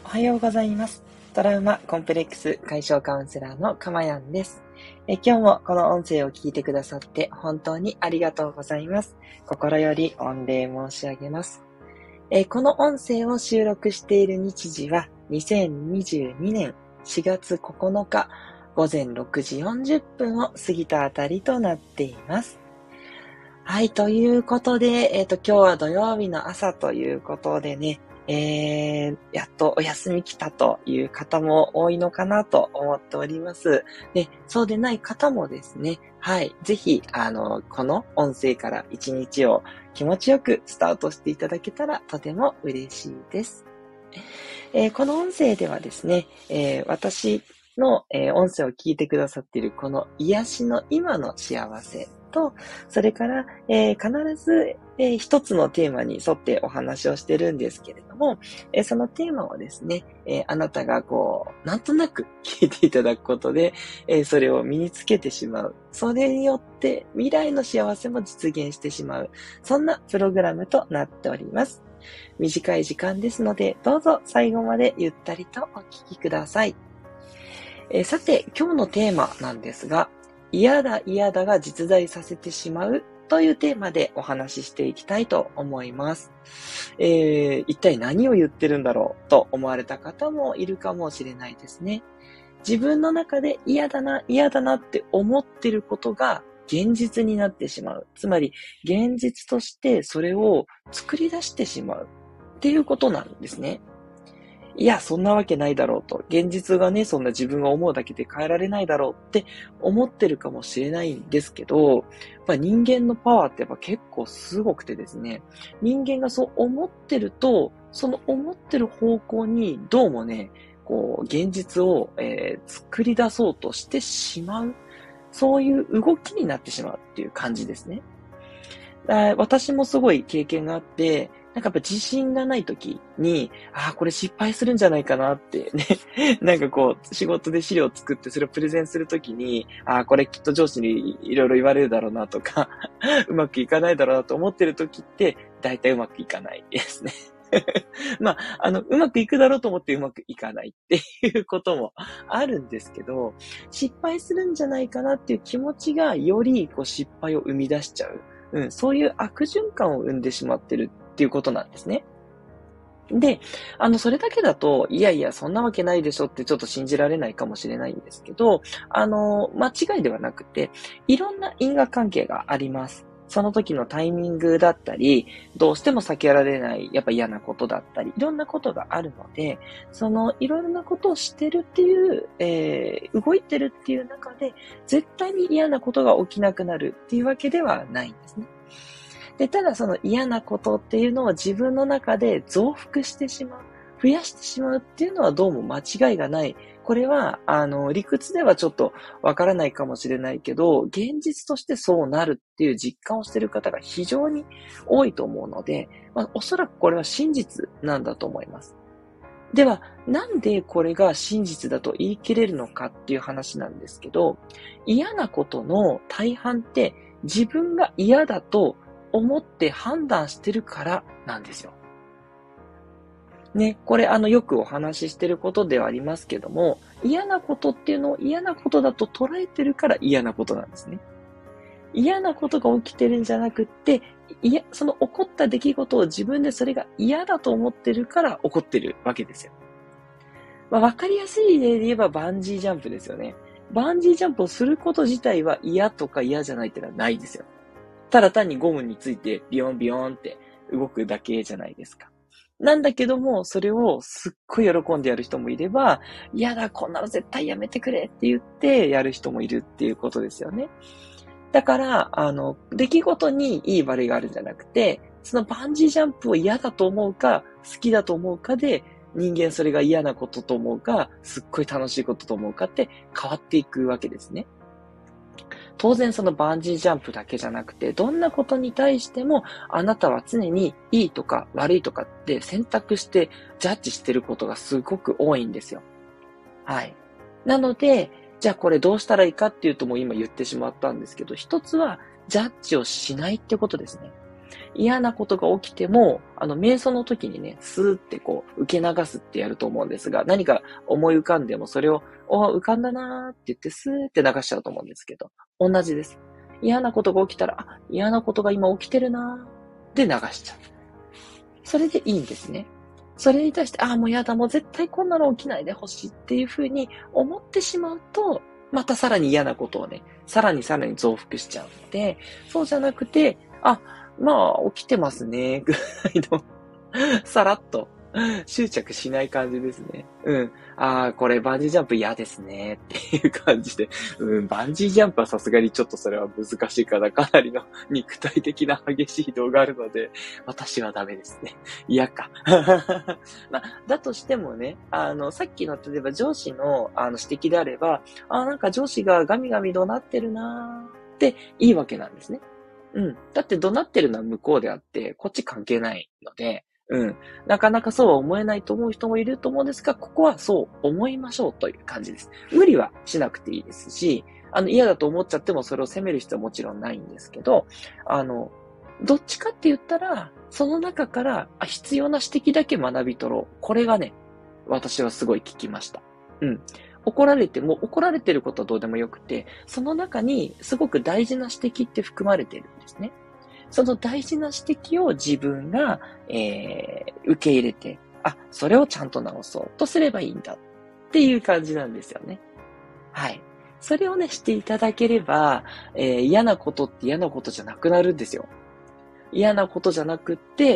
おはようございます。トラウマコンプレックス解消カウンセラーのかまやんです。今日もこの音声を聞いてくださって本当にありがとうございます。心より御礼申し上げます。この音声を収録している日時は2022年4月9日午前6時40分を過ぎたあたりとなっています。はい、ということで、今日は土曜日の朝ということでね、やっとお休み来たという方も多いのかなと思っております。で、そうでない方もですね、はい、ぜひ、この音声から一日を気持ちよくスタートしていただけたらとても嬉しいです。この音声ではですね、私の、音声を聞いてくださっているこの癒しの今の幸せと、それから、必ず、一つのテーマに沿ってお話をしてるんですけれども、そのテーマをですね、あなたがなんとなく聞いていただくことで、それを身につけてしまう。それによって未来の幸せも実現してしまう。そんなプログラムとなっております。短い時間ですので、どうぞ最後までゆったりとお聞きください。さて、今日のテーマなんですが、嫌だ嫌だが実在させてしまうというテーマでお話ししていきたいと思います。一体何を言ってるんだろうと思われた方もいるかもしれないですね。自分の中で嫌だなって思ってることが現実になってしまう。つまり、現実としてそれを作り出してしまうっていうことなんですね。いや、そんなわけないだろうと。現実がね、そんな自分が思うだけで変えられないだろうって思ってるかもしれないんですけど、人間のパワーってやっぱ結構すごくてですね、人間がそう思ってると、その思ってる方向にどうもね、現実を、作り出そうとしてしまう。そういう動きになってしまうっていう感じですね。私もすごい経験があって、なんかやっぱ自信がない時に、これ失敗するんじゃないかなってね、仕事で資料を作ってそれをプレゼンするときに、これきっと上司にいろいろ言われるだろうなとか、うまくいかないだろうなと思ってる時って、だいたいうまくいかないですね。うまくいくだろうと思ってうまくいかないっていうこともあるんですけど、失敗するんじゃないかなっていう気持ちがより失敗を生み出しちゃう。そういう悪循環を生んでしまってるっていうことなんですね。で、それだけだと、いやいや、そんなわけないでしょってちょっと信じられないかもしれないんですけど、間違いではなくて、いろんな因果関係があります。その時のタイミングだったり、どうしても避けられない、やっぱ嫌なことだったり、いろんなことがあるので、いろいろなことをしてるっていう、動いてるっていう中で、絶対に嫌なことが起きなくなるっていうわけではないんですね。で、ただその嫌なことっていうのを自分の中で増幅してしまう、増やしてしまうっていうのはどうも間違いがない。これは、理屈ではちょっとわからないかもしれないけど、現実としてそうなるっていう実感をしている方が非常に多いと思うので、おそらくこれは真実なんだと思います。では、なんでこれが真実だと言い切れるのかっていう話なんですけど、嫌なことの大半って自分が嫌だと思って判断してるからなんですよ。ね、これよくお話ししてることではありますけども、嫌なことっていうのを嫌なことだと捉えてるから嫌なことなんですね。嫌なことが起きてるんじゃなくって、その起こった出来事を自分でそれが嫌だと思ってるから起こってるわけですよ。わかりやすい例で言えばバンジージャンプですよね。バンジージャンプをすること自体は嫌とか嫌じゃないってのはないですよ。ただ単にゴムについてビヨンビヨンって動くだけじゃないですか。なんだけども、それをすっごい喜んでやる人もいれば、嫌だ、こんなの絶対やめてくれって言ってやる人もいるっていうことですよね。だから、出来事にいい悪いがあるんじゃなくて、そのバンジージャンプを嫌だと思うか、好きだと思うかで、人間それが嫌なことと思うか、すっごい楽しいことと思うかって変わっていくわけですね。当然そのバンジージャンプだけじゃなくて、どんなことに対してもあなたは常にいいとか悪いとかって選択してジャッジしてることがすごく多いんですよ。はい。なので、じゃあこれどうしたらいいかっていうともう今言ってしまったんですけど、一つはジャッジをしないってことですね。 嫌なことが起きても、瞑想の時にね、スーってこう、受け流すってやると思うんですが、何か思い浮かんでもそれを、浮かんだなーって言ってスーって流しちゃうと思うんですけど、同じです。嫌なことが起きたら、嫌なことが今起きてるなーって流しちゃう。それでいいんですね。それに対して、もうやだ、もう絶対こんなの起きないでほしいっていうふうに思ってしまうと、またさらに嫌なことをね、さらに増幅しちゃうので、そうじゃなくて、まあ、起きてますね、ぐらいのさらっと執着しない感じですね。これバンジージャンプ嫌ですね、っていう感じで。バンジージャンプはさすがにちょっとそれは難しいから、かなりの肉体的な激しい移動があるので、私はダメですね。嫌か。だとしてもね、さっきの例えば上司の指摘であれば、なんか上司がガミガミ怒鳴ってるなーっていいわけなんですね。だって怒鳴ってるのは向こうであって、こっち関係ないので、なかなかそうは思えないと思う人もいると思うんですが、ここはそう思いましょうという感じです。無理はしなくていいですし、嫌だと思っちゃってもそれを責める必要はもちろんないんですけど、どっちかって言ったら、その中から、必要な指摘だけ学び取ろう。これがね、私はすごい聞きました。怒られても、怒られてることはどうでもよくて、その中にすごく大事な指摘って含まれてるんですね。その大事な指摘を自分が、受け入れて、それをちゃんと直そうとすればいいんだっていう感じなんですよね。はい。それをね、していただければ、嫌なことって嫌なことじゃなくなるんですよ。嫌なことじゃなくって、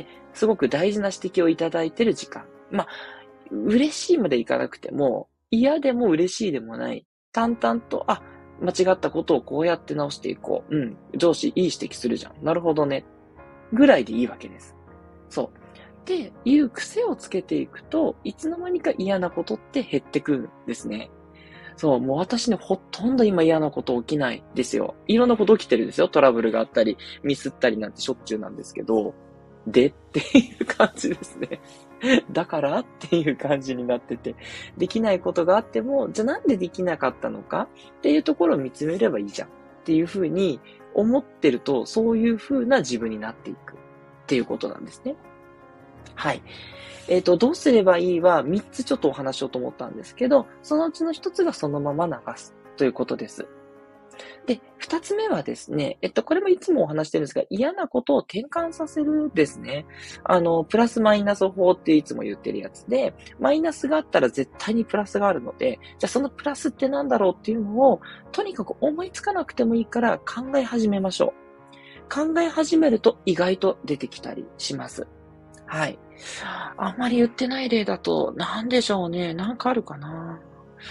すごく大事な指摘をいただいてる時間。嬉しいまでいかなくても、嫌でも嬉しいでもない。淡々と、間違ったことをこうやって直していこう。上司いい指摘するじゃん。なるほどね。ぐらいでいいわけです。そう。っていう癖をつけていくと、いつの間にか嫌なことって減ってくるんですね。そう、もう私ね、ほとんど今嫌なこと起きないですよ。いろんなこと起きてるんですよ。トラブルがあったり、ミスったりなんてしょっちゅうなんですけど、っていう感じですね。だからっていう感じになってて、できないことがあっても、じゃあなんでできなかったのかっていうところを見つめればいいじゃんっていうふうに思ってると、そういうふうな自分になっていくっていうことなんですね。はい。どうすればいいは3つちょっとお話しようと思ったんですけど、そのうちの1つがそのまま流すということです。で、2つ目はですね、これもいつもお話してるんですが、嫌なことを転換させるですね。プラスマイナス法っていつも言ってるやつで、マイナスがあったら絶対にプラスがあるので、じゃあそのプラスってなんだろうっていうのを、とにかく思いつかなくてもいいから考え始めましょう。考え始めると意外と出てきたりします。はい。あんまり言ってない例だと、なんでしょうね。なんかあるかな。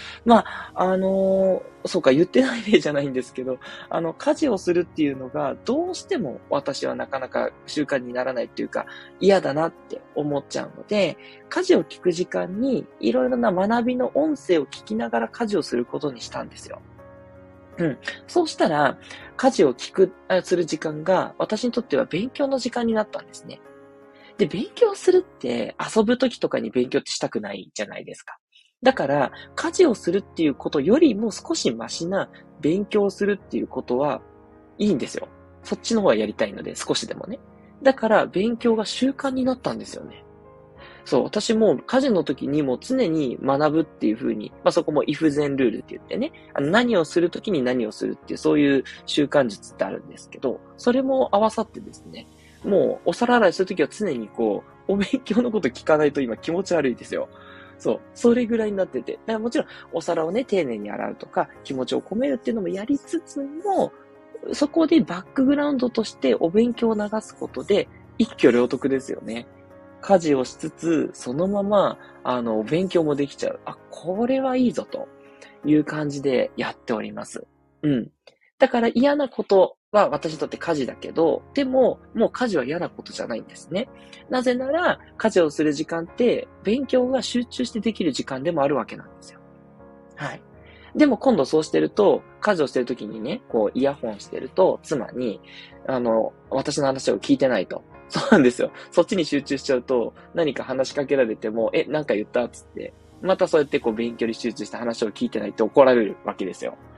そうか、言ってない例じゃないんですけど、家事をするっていうのが、どうしても私はなかなか習慣にならないっていうか、嫌だなって思っちゃうので、家事を聞く時間に、いろいろな学びの音声を聞きながら家事をすることにしたんですよ。そうしたら、家事をする時間が、私にとっては勉強の時間になったんですね。で、勉強するって遊ぶ時とかに勉強ってしたくないじゃないですか。だから、家事をするっていうことよりも少しマシな勉強をするっていうことはいいんですよ。そっちの方がやりたいので、少しでもね。だから、勉強が習慣になったんですよね。そう、私も家事の時にもう常に学ぶっていう風に、そこも if then ルールって言ってね、何をする時に何をするっていう、そういう習慣術ってあるんですけど、それも合わさってですね、もうお皿洗いするときは常にお勉強のこと聞かないと今気持ち悪いですよ。そう。それぐらいになってて。だからもちろんお皿をね、丁寧に洗うとか、気持ちを込めるっていうのもやりつつも、そこでバックグラウンドとしてお勉強を流すことで、一挙両得ですよね。家事をしつつ、そのまま、勉強もできちゃう。これはいいぞという感じでやっております。だから嫌なことは私にとって家事だけど、でも、もう家事は嫌なことじゃないんですね。なぜなら、家事をする時間って、勉強が集中してできる時間でもあるわけなんですよ。はい。でも今度そうしてると、家事をしてるときにね、イヤホンしてると、妻に、私の話を聞いてないと。そうなんですよ。そっちに集中しちゃうと、何か話しかけられても、なんか言ったつって、またそうやって勉強に集中して話を聞いてないって怒られるわけですよ。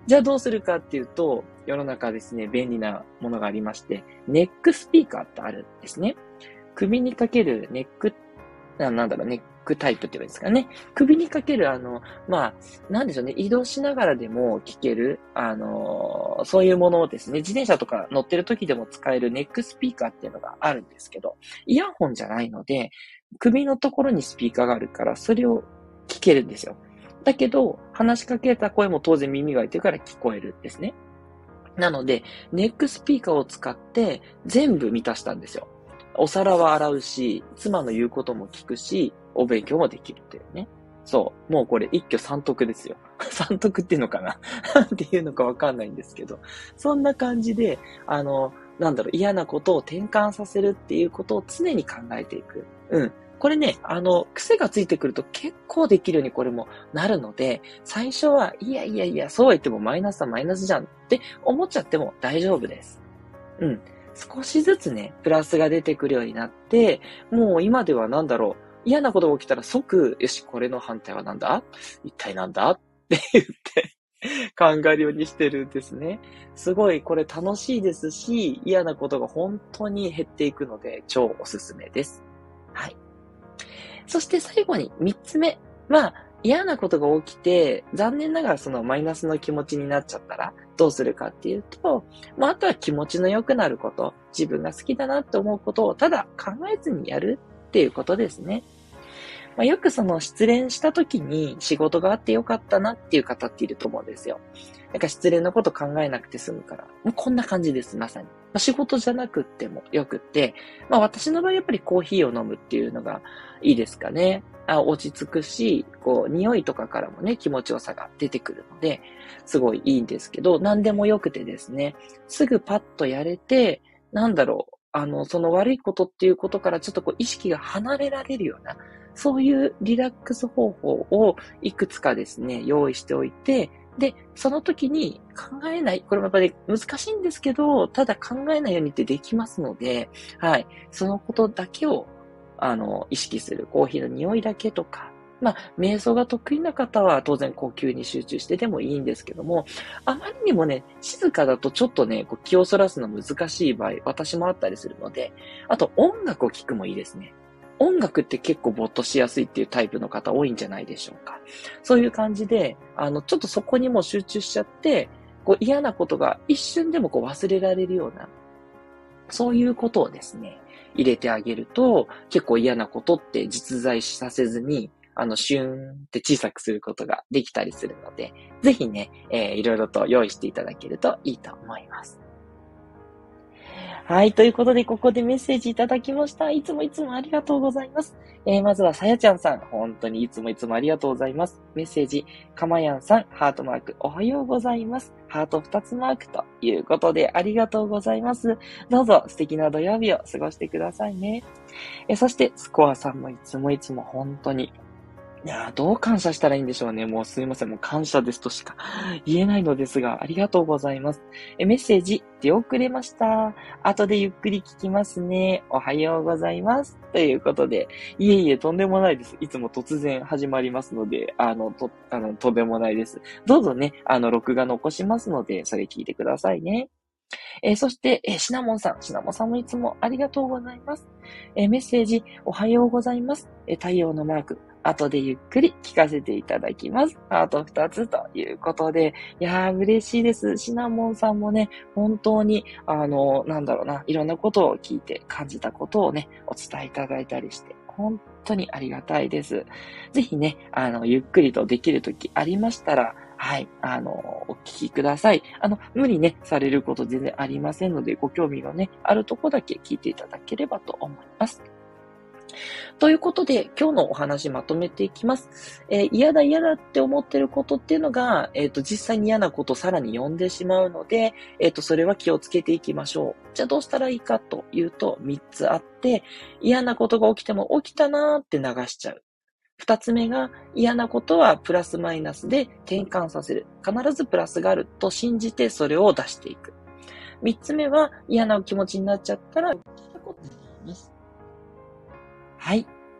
じゃあどうするかっていうと、世の中ですね、便利なものがありまして、ネックスピーカーってあるんですね。首にかけるネック、ネックタイプって言うんですかね。首にかけるなんでしょうね、移動しながらでも聞ける、そういうものをですね、自転車とか乗ってる時でも使えるネックスピーカーっていうのがあるんですけど、イヤホンじゃないので、首のところにスピーカーがあるから、それを聞けるんですよ。だけど、話しかけた声も当然耳が開いてるから聞こえるんですね。なので、ネックスピーカーを使って全部満たしたんですよ。お皿は洗うし、妻の言うことも聞くし、お勉強もできるっていうね。そう。もうこれ一挙三得ですよ。三得っていうのかなっていうのかわかんないんですけど。そんな感じで、嫌なことを転換させるっていうことを常に考えていく。うん。これね、癖がついてくると結構できるようにこれもなるので、最初は、いやいやいや、そうは言ってもマイナスはマイナスじゃんって思っちゃっても大丈夫です。うん。少しずつね、プラスが出てくるようになって、もう今では嫌なことが起きたら即、よし、これの反対はなんだ一体なんだって言って考えるようにしてるんですね。すごいこれ楽しいですし、嫌なことが本当に減っていくので、超おすすめです。はい。そして最後に3つ目は、嫌なことが起きて、残念ながらそのマイナスの気持ちになっちゃったら、どうするかっていうと、あとは気持ちの良くなること、自分が好きだなって思うことをただ考えずにやるっていうことですね。よくその失恋した時に仕事があってよかったなっていう方っていると思うんですよ。失恋のこと考えなくて済むから。もうこんな感じです、まさに。仕事じゃなくってもよくって、私の場合やっぱりコーヒーを飲むっていうのがいいですかね。落ち着くし、匂いとかからもね、気持ちよさが出てくるので、すごいいいんですけど、何でもよくてですね、すぐパッとやれて、その悪いことっていうことからちょっと意識が離れられるような、そういうリラックス方法をいくつかですね、用意しておいて、で、その時に考えない、これもやっぱり難しいんですけど、ただ考えないようにってできますので、はい、そのことだけを、意識する。コーヒーの匂いだけとか、瞑想が得意な方は当然呼吸に集中してでもいいんですけども、あまりにもね、静かだとちょっとね、気をそらすの難しい場合、私もあったりするので、あと音楽を聴くもいいですね。音楽って結構没頭しやすいっていうタイプの方多いんじゃないでしょうか。そういう感じで、ちょっとそこにも集中しちゃって、嫌なことが一瞬でも忘れられるような、そういうことをですね、入れてあげると、結構嫌なことって実在させずに、シューンって小さくすることができたりするので、ぜひね、いろいろと用意していただけるといいと思います。はい。ということで、ここでメッセージいただきました。いつもいつもありがとうございます。まずは、さやちゃんさん。本当にいつもいつもありがとうございます。メッセージ、かまやんさん、ハートマーク、おはようございます。ハート2つマークということで、ありがとうございます。どうぞ素敵な土曜日を過ごしてくださいね。そして、スコアさんもいつもいつも本当にいやー、どう感謝したらいいんでしょうね。もうすいません。もう感謝ですとしか言えないのですが、ありがとうございます。メッセージ、出遅れました。後でゆっくり聞きますね。おはようございます。ということで、いえいえ、とんでもないです。いつも突然始まりますので、とんでもないです。どうぞね、録画残しますので、それ聞いてくださいね。そして、シナモンさん。シナモンさんもいつもありがとうございます。メッセージ、おはようございます。太陽のマーク。後でゆっくり聞かせていただきます。ハート2つということで。いやー、嬉しいです。シナモンさんもね、本当に、いろんなことを聞いて感じたことをね、お伝えいただいたりして、本当にありがたいです。ぜひね、ゆっくりとできるときありましたら、はい、お聞きください。無理ね、されること全然ありませんので、ご興味のね、あるとこだけ聞いていただければと思います。ということで、今日のお話まとめていきます。嫌だ嫌だって思ってることっていうのが、実際に嫌なことをさらに呼んでしまうので、それは気をつけていきましょう。じゃあどうしたらいいかというと、3つあって、嫌なことが起きても起きたなーって流しちゃう。2つ目が嫌なことはプラスマイナスで転換させる。必ずプラスがあると信じてそれを出していく。3つ目は嫌な気持ちになっちゃったら、はい。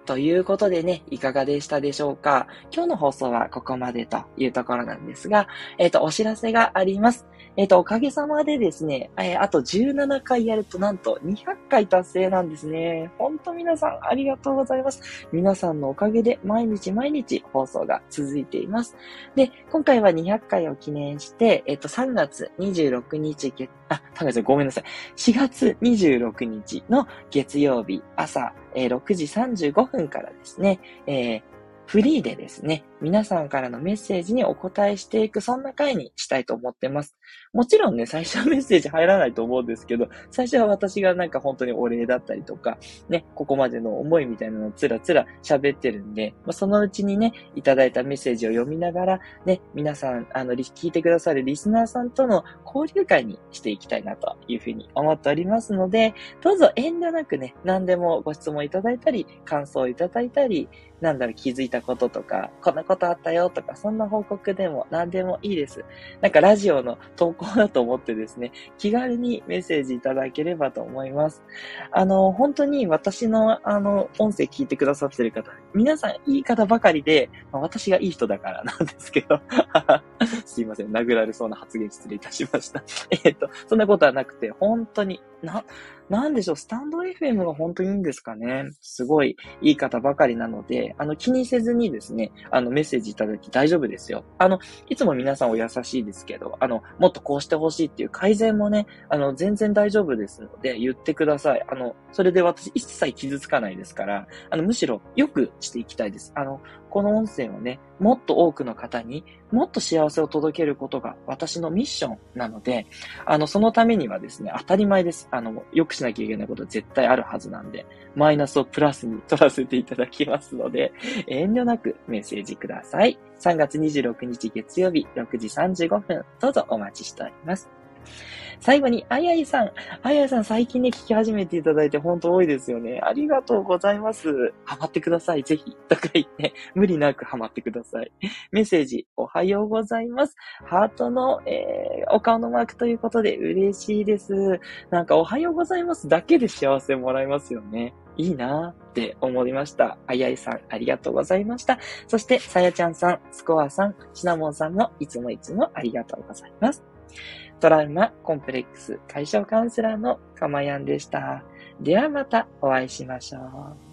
ということでね、いかがでしたでしょうか？今日の放送はここまでというところなんですが、お知らせがあります。おかげさまでですね、あと17回やるとなんと200回達成なんですね。ほんと皆さんありがとうございます。皆さんのおかげで毎日毎日放送が続いています。で、今回は200回を記念して、3月26日3月ごめんなさい。4月26日の月曜日朝、6時35分からですね、フリーでですね、皆さんからのメッセージにお答えしていく、そんな回にしたいと思ってます。もちろんね、最初はメッセージ入らないと思うんですけど、最初は私がなんか本当にお礼だったりとか、ね、ここまでの思いみたいなのをつらつら喋ってるんで、そのうちにね、いただいたメッセージを読みながら、ね、皆さん、聞いてくださるリスナーさんとの交流会にしていきたいなというふうに思っておりますので、どうぞ遠慮なくね、何でもご質問いただいたり、感想いただいたり、気づいたこととか、こんなことあったよとか、そんな報告でも何でもいいです。なんかラジオの投稿だと思ってですね、気軽にメッセージいただければと思います。本当に私の音声聞いてくださってる方、皆さんいい方ばかりで、私がいい人だからなんですけど、すいません、殴られそうな発言失礼いたしました。そんなことはなくて、本当に、なんでしょう、スタンド FM が本当にいいんですかね。すごいいい方ばかりなので、気にせずにですね、メッセージいただき大丈夫ですよ。いつも皆さんお優しいですけど、もっとこうしてほしいっていう改善もね、全然大丈夫ですので、言ってください。それで私一切傷つかないですから、むしろ良くしていきたいです。この音声をね、もっと多くの方にもっと幸せを届けることが私のミッションなので、そのためにはですね、当たり前です。良くしなきゃいけないことは絶対あるはずなんで、マイナスをプラスに取らせていただきますので、遠慮なくメッセージください。3月26日月曜日6時35分、どうぞお待ちしております。最後に、あやいさん最近ね、聞き始めていただいて本当多いですよね。ありがとうございます。ハマってください。ぜひ。とか言って、無理なくハマってください。メッセージ、おはようございます。ハートの、お顔のマークということで嬉しいです。なんか、おはようございますだけで幸せもらえますよね。いいなーって思いました。あやいさん、ありがとうございました。そして、さやちゃんさん、スコアさん、シナモンさんもいつもありがとうございます。トラウマコンプレックス解消カウンセラーのかまやんでした。ではまたお会いしましょう。